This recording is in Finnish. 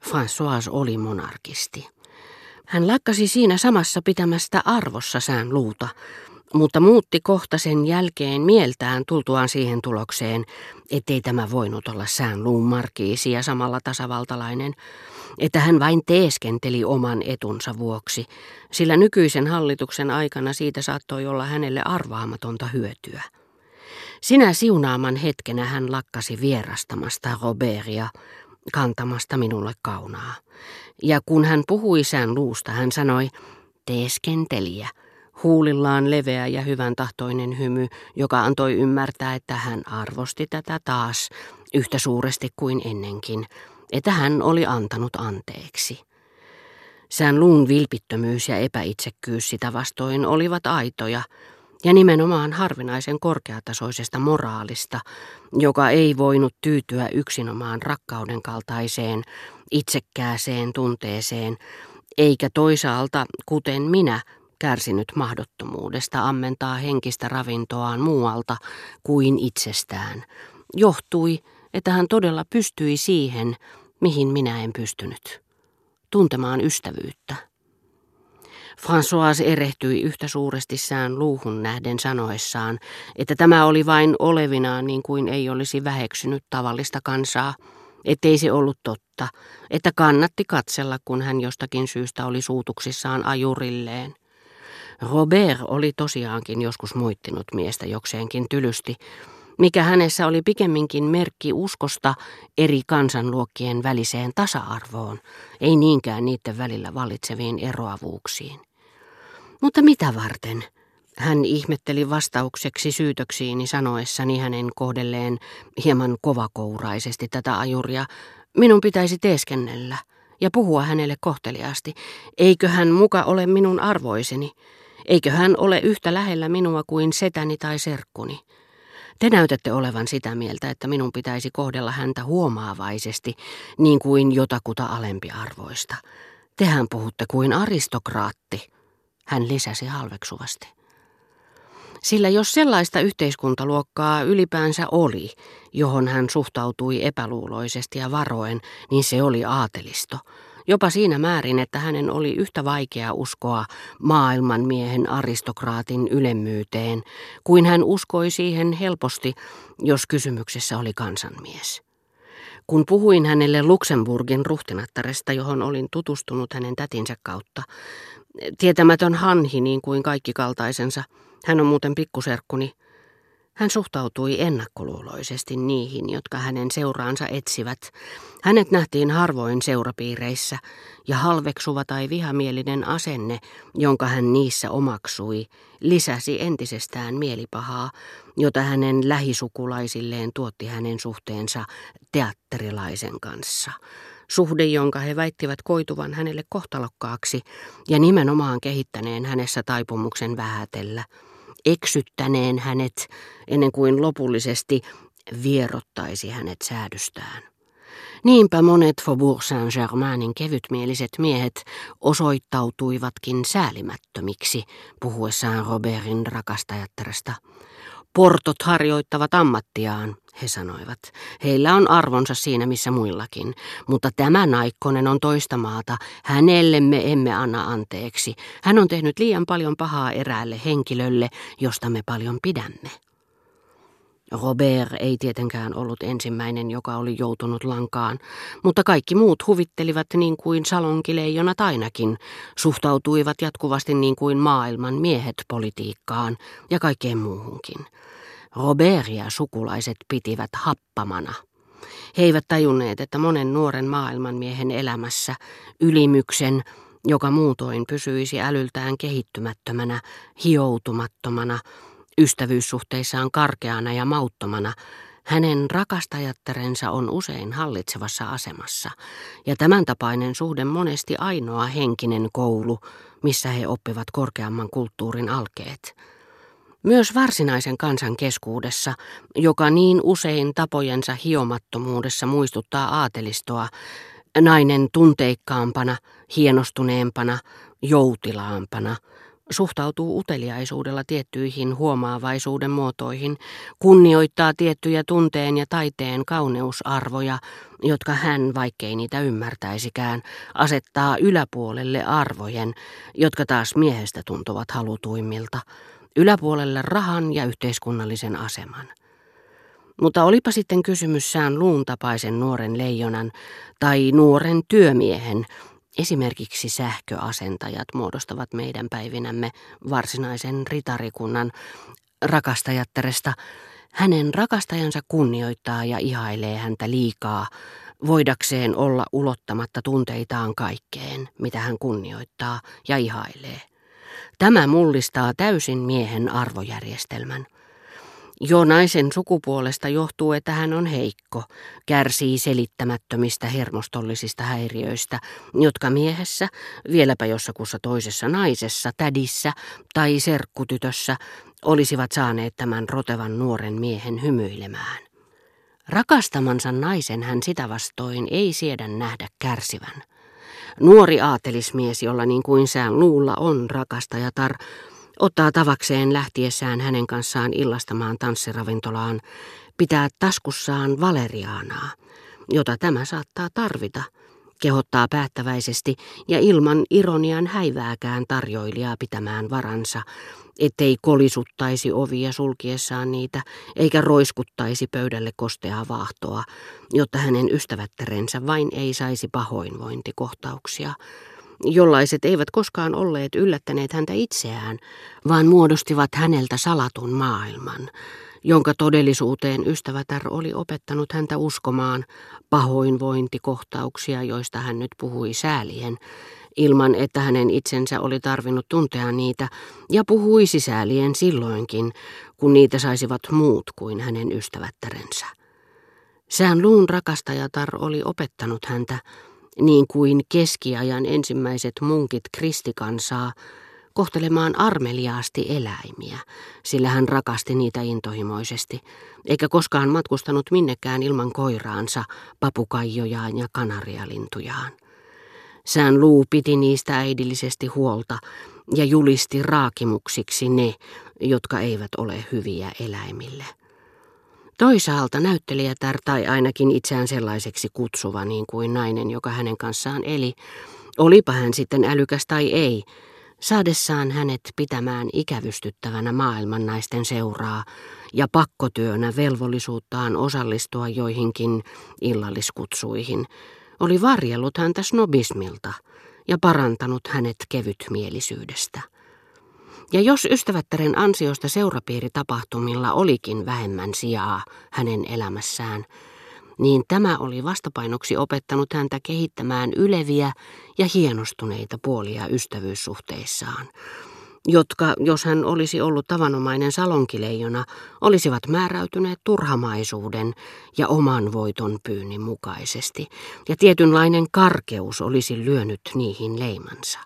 François oli monarkisti. Hän lakkasi siinä samassa pitämästä arvossa Saint-Louta, mutta muutti kohta sen jälkeen mieltään tultuaan siihen tulokseen, ettei tämä voinut olla Saint-Loun markiisi ja samalla tasavaltalainen, että hän vain teeskenteli oman etunsa vuoksi, sillä nykyisen hallituksen aikana siitä saattoi olla hänelle arvaamatonta hyötyä. Sinä siunaaman hetkenä hän lakkasi vierastamasta Robertia, kantamasta minulle kaunaa. Ja kun hän puhui Saint-Lousta, hän sanoi, teeskentelijä, huulillaan leveä ja hyvän tahtoinen hymy, joka antoi ymmärtää, että hän arvosti tätä taas yhtä suuresti kuin ennenkin, että hän oli antanut anteeksi. Saint-Loun vilpittömyys ja epäitsekkyys sitä vastoin olivat aitoja, ja nimenomaan harvinaisen korkeatasoisesta moraalista, joka ei voinut tyytyä yksinomaan rakkauden kaltaiseen, itsekkääseen tunteeseen, eikä toisaalta, kuten minä, kärsinyt mahdottomuudesta ammentaa henkistä ravintoaan muualta kuin itsestään. Johtui, että hän todella pystyi siihen, mihin minä en pystynyt, tuntemaan ystävyyttä. François erehtyi yhtä suuresti Saint-Louhun nähden sanoessaan, että tämä oli vain olevinaan niin kuin ei olisi väheksynyt tavallista kansaa, ettei se ollut totta, että kannatti katsella, kun hän jostakin syystä oli suutuksissaan ajurilleen. Robert oli tosiaankin joskus moittinut miestä jokseenkin tylysti, mikä hänessä oli pikemminkin merkki uskosta eri kansanluokkien väliseen tasa-arvoon, ei niinkään niiden välillä vallitseviin eroavuuksiin. Mutta mitä varten? Hän ihmetteli vastaukseksi syytöksiini sanoessani hänen kohdelleen hieman kovakouraisesti tätä ajuria. Minun pitäisi teeskennellä ja puhua hänelle kohteliaasti. Eikö hän muka ole minun arvoiseni? Eikö hän ole yhtä lähellä minua kuin setäni tai serkkuni? Te näytätte olevan sitä mieltä, että minun pitäisi kohdella häntä huomaavaisesti, niin kuin jotakuta alempiarvoista. Tehän puhutte kuin aristokraatti, hän lisäsi halveksuvasti. Sillä jos sellaista yhteiskuntaluokkaa ylipäänsä oli, johon hän suhtautui epäluuloisesti ja varoen, niin se oli aatelisto. Jopa siinä määrin, että hänen oli yhtä vaikea uskoa maailmanmiehen aristokraatin ylemmyyteen, kuin hän uskoi siihen helposti, jos kysymyksessä oli kansanmies. Kun puhuin hänelle Luxemburgin ruhtinattaresta, johon olin tutustunut hänen tätinsä kautta, tietämätön hanhi niin kuin kaikki kaltaisensa, hän on muuten pikkuserkkuni, hän suhtautui ennakkoluuloisesti niihin, jotka hänen seuraansa etsivät. Hänet nähtiin harvoin seurapiireissä, ja halveksuva tai vihamielinen asenne, jonka hän niissä omaksui, lisäsi entisestään mielipahaa, jota hänen lähisukulaisilleen tuotti hänen suhteensa teatterilaisen kanssa. Suhde, jonka he väittivät koituvan hänelle kohtalokkaaksi ja nimenomaan kehittäneen hänessä taipumuksen vähätellä, eksyttäneen hänet ennen kuin lopullisesti vierottaisi hänet säädystään. Niinpä monet Faubourg Saint-Germainin kevytmieliset miehet osoittautuivatkin säälimättömiksi puhuessaan Robertin rakastajattaresta. Portot harjoittavat ammattiaan, he sanoivat. Heillä on arvonsa siinä missä muillakin, mutta tämä naikkonen on toista maata. Hänelle me emme anna anteeksi. Hän on tehnyt liian paljon pahaa eräälle henkilölle, josta me paljon pidämme. Robert ei tietenkään ollut ensimmäinen, joka oli joutunut lankaan, mutta kaikki muut huvittelivat niin kuin salonkileijonat ainakin, suhtautuivat jatkuvasti niin kuin maailman miehet politiikkaan ja kaikkeen muuhunkin. Robertia sukulaiset pitivät happamana. He eivät tajunneet, että monen nuoren maailmanmiehen elämässä ylimyksen, joka muutoin pysyisi älyltään kehittymättömänä, hioutumattomana, ystävyyssuhteissaan karkeana ja mauttomana, hänen rakastajattarensa on usein hallitsevassa asemassa, ja tämän tapainen suhde monesti ainoa henkinen koulu, missä he oppivat korkeamman kulttuurin alkeet. Myös varsinaisen kansan keskuudessa, joka niin usein tapojensa hiomattomuudessa muistuttaa aatelistoa, nainen tunteikkaampana, hienostuneempana, joutilaampana, suhtautuu uteliaisuudella tiettyihin huomaavaisuuden muotoihin, kunnioittaa tiettyjä tunteen ja taiteen kauneusarvoja, jotka hän, vaikkei niitä ymmärtäisikään, asettaa yläpuolelle arvojen, jotka taas miehestä tuntuvat halutuimmilta, yläpuolelle rahan ja yhteiskunnallisen aseman. Mutta olipa sitten kysymys sään luun tapaisen nuoren leijonan tai nuoren työmiehen, esimerkiksi sähköasentajat muodostavat meidän päivinämme varsinaisen ritarikunnan rakastajattaresta. Hänen rakastajansa kunnioittaa ja ihailee häntä liikaa, voidakseen olla ulottamatta tunteitaan kaikkeen, mitä hän kunnioittaa ja ihailee. Tämä mullistaa täysin miehen arvojärjestelmän. Jo naisen sukupuolesta johtuu, että hän on heikko, kärsii selittämättömistä hermostollisista häiriöistä, jotka miehessä, vieläpä jossakussa toisessa naisessa, tädissä tai serkkutytössä, olisivat saaneet tämän rotevan nuoren miehen hymyilemään. Rakastamansa naisen hän sitä vastoin ei siedä nähdä kärsivän. Nuori aatelismies, jolla niin kuin sään luulla on rakastajatar, ottaa tavakseen lähtiessään hänen kanssaan illastamaan tanssiravintolaan, pitää taskussaan valeriaanaa, jota tämä saattaa tarvita, kehottaa päättäväisesti ja ilman ironian häivääkään tarjoilijaa pitämään varansa, ettei kolisuttaisi ovia sulkiessaan niitä, eikä roiskuttaisi pöydälle kosteaa vaahtoa, jotta hänen ystävättärensä vain ei saisi pahoinvointikohtauksia, jollaiset eivät koskaan olleet yllättäneet häntä itseään, vaan muodostivat häneltä salatun maailman, jonka todellisuuteen ystävätär oli opettanut häntä uskomaan pahoinvointikohtauksia, joista hän nyt puhui säälien, ilman että hänen itsensä oli tarvinnut tuntea niitä, ja puhui sisäälien silloinkin, kun niitä saisivat muut kuin hänen ystävättärensä. Sään luun rakastajatar oli opettanut häntä, niin kuin keskiajan ensimmäiset munkit kristikansaa, kohtelemaan armeliaasti eläimiä, sillä hän rakasti niitä intohimoisesti, eikä koskaan matkustanut minnekään ilman koiraansa, papukaijojaan ja kanarialintujaan. Sään luu piti niistä äidillisesti huolta ja julisti raakimuksiksi ne, jotka eivät ole hyviä eläimille. Toisaalta näyttelijätär, tai ainakin itseään sellaiseksi kutsuva niin kuin nainen, joka hänen kanssaan eli, olipa hän sitten älykäs tai ei, saadessaan hänet pitämään ikävystyttävänä maailman naisten seuraa ja pakkotyönä velvollisuuttaan osallistua joihinkin illalliskutsuihin, oli varjellut häntä snobismilta ja parantanut hänet kevytmielisyydestä. Ja jos ystävättären ansiosta seurapiiritapahtumilla olikin vähemmän sijaa hänen elämässään, niin tämä oli vastapainoksi opettanut häntä kehittämään yleviä ja hienostuneita puolia ystävyyssuhteissaan, jotka, jos hän olisi ollut tavanomainen salonkileijona, olisivat määräytyneet turhamaisuuden ja oman voiton pyynnin mukaisesti, ja tietynlainen karkeus olisi lyönyt niihin leimansa.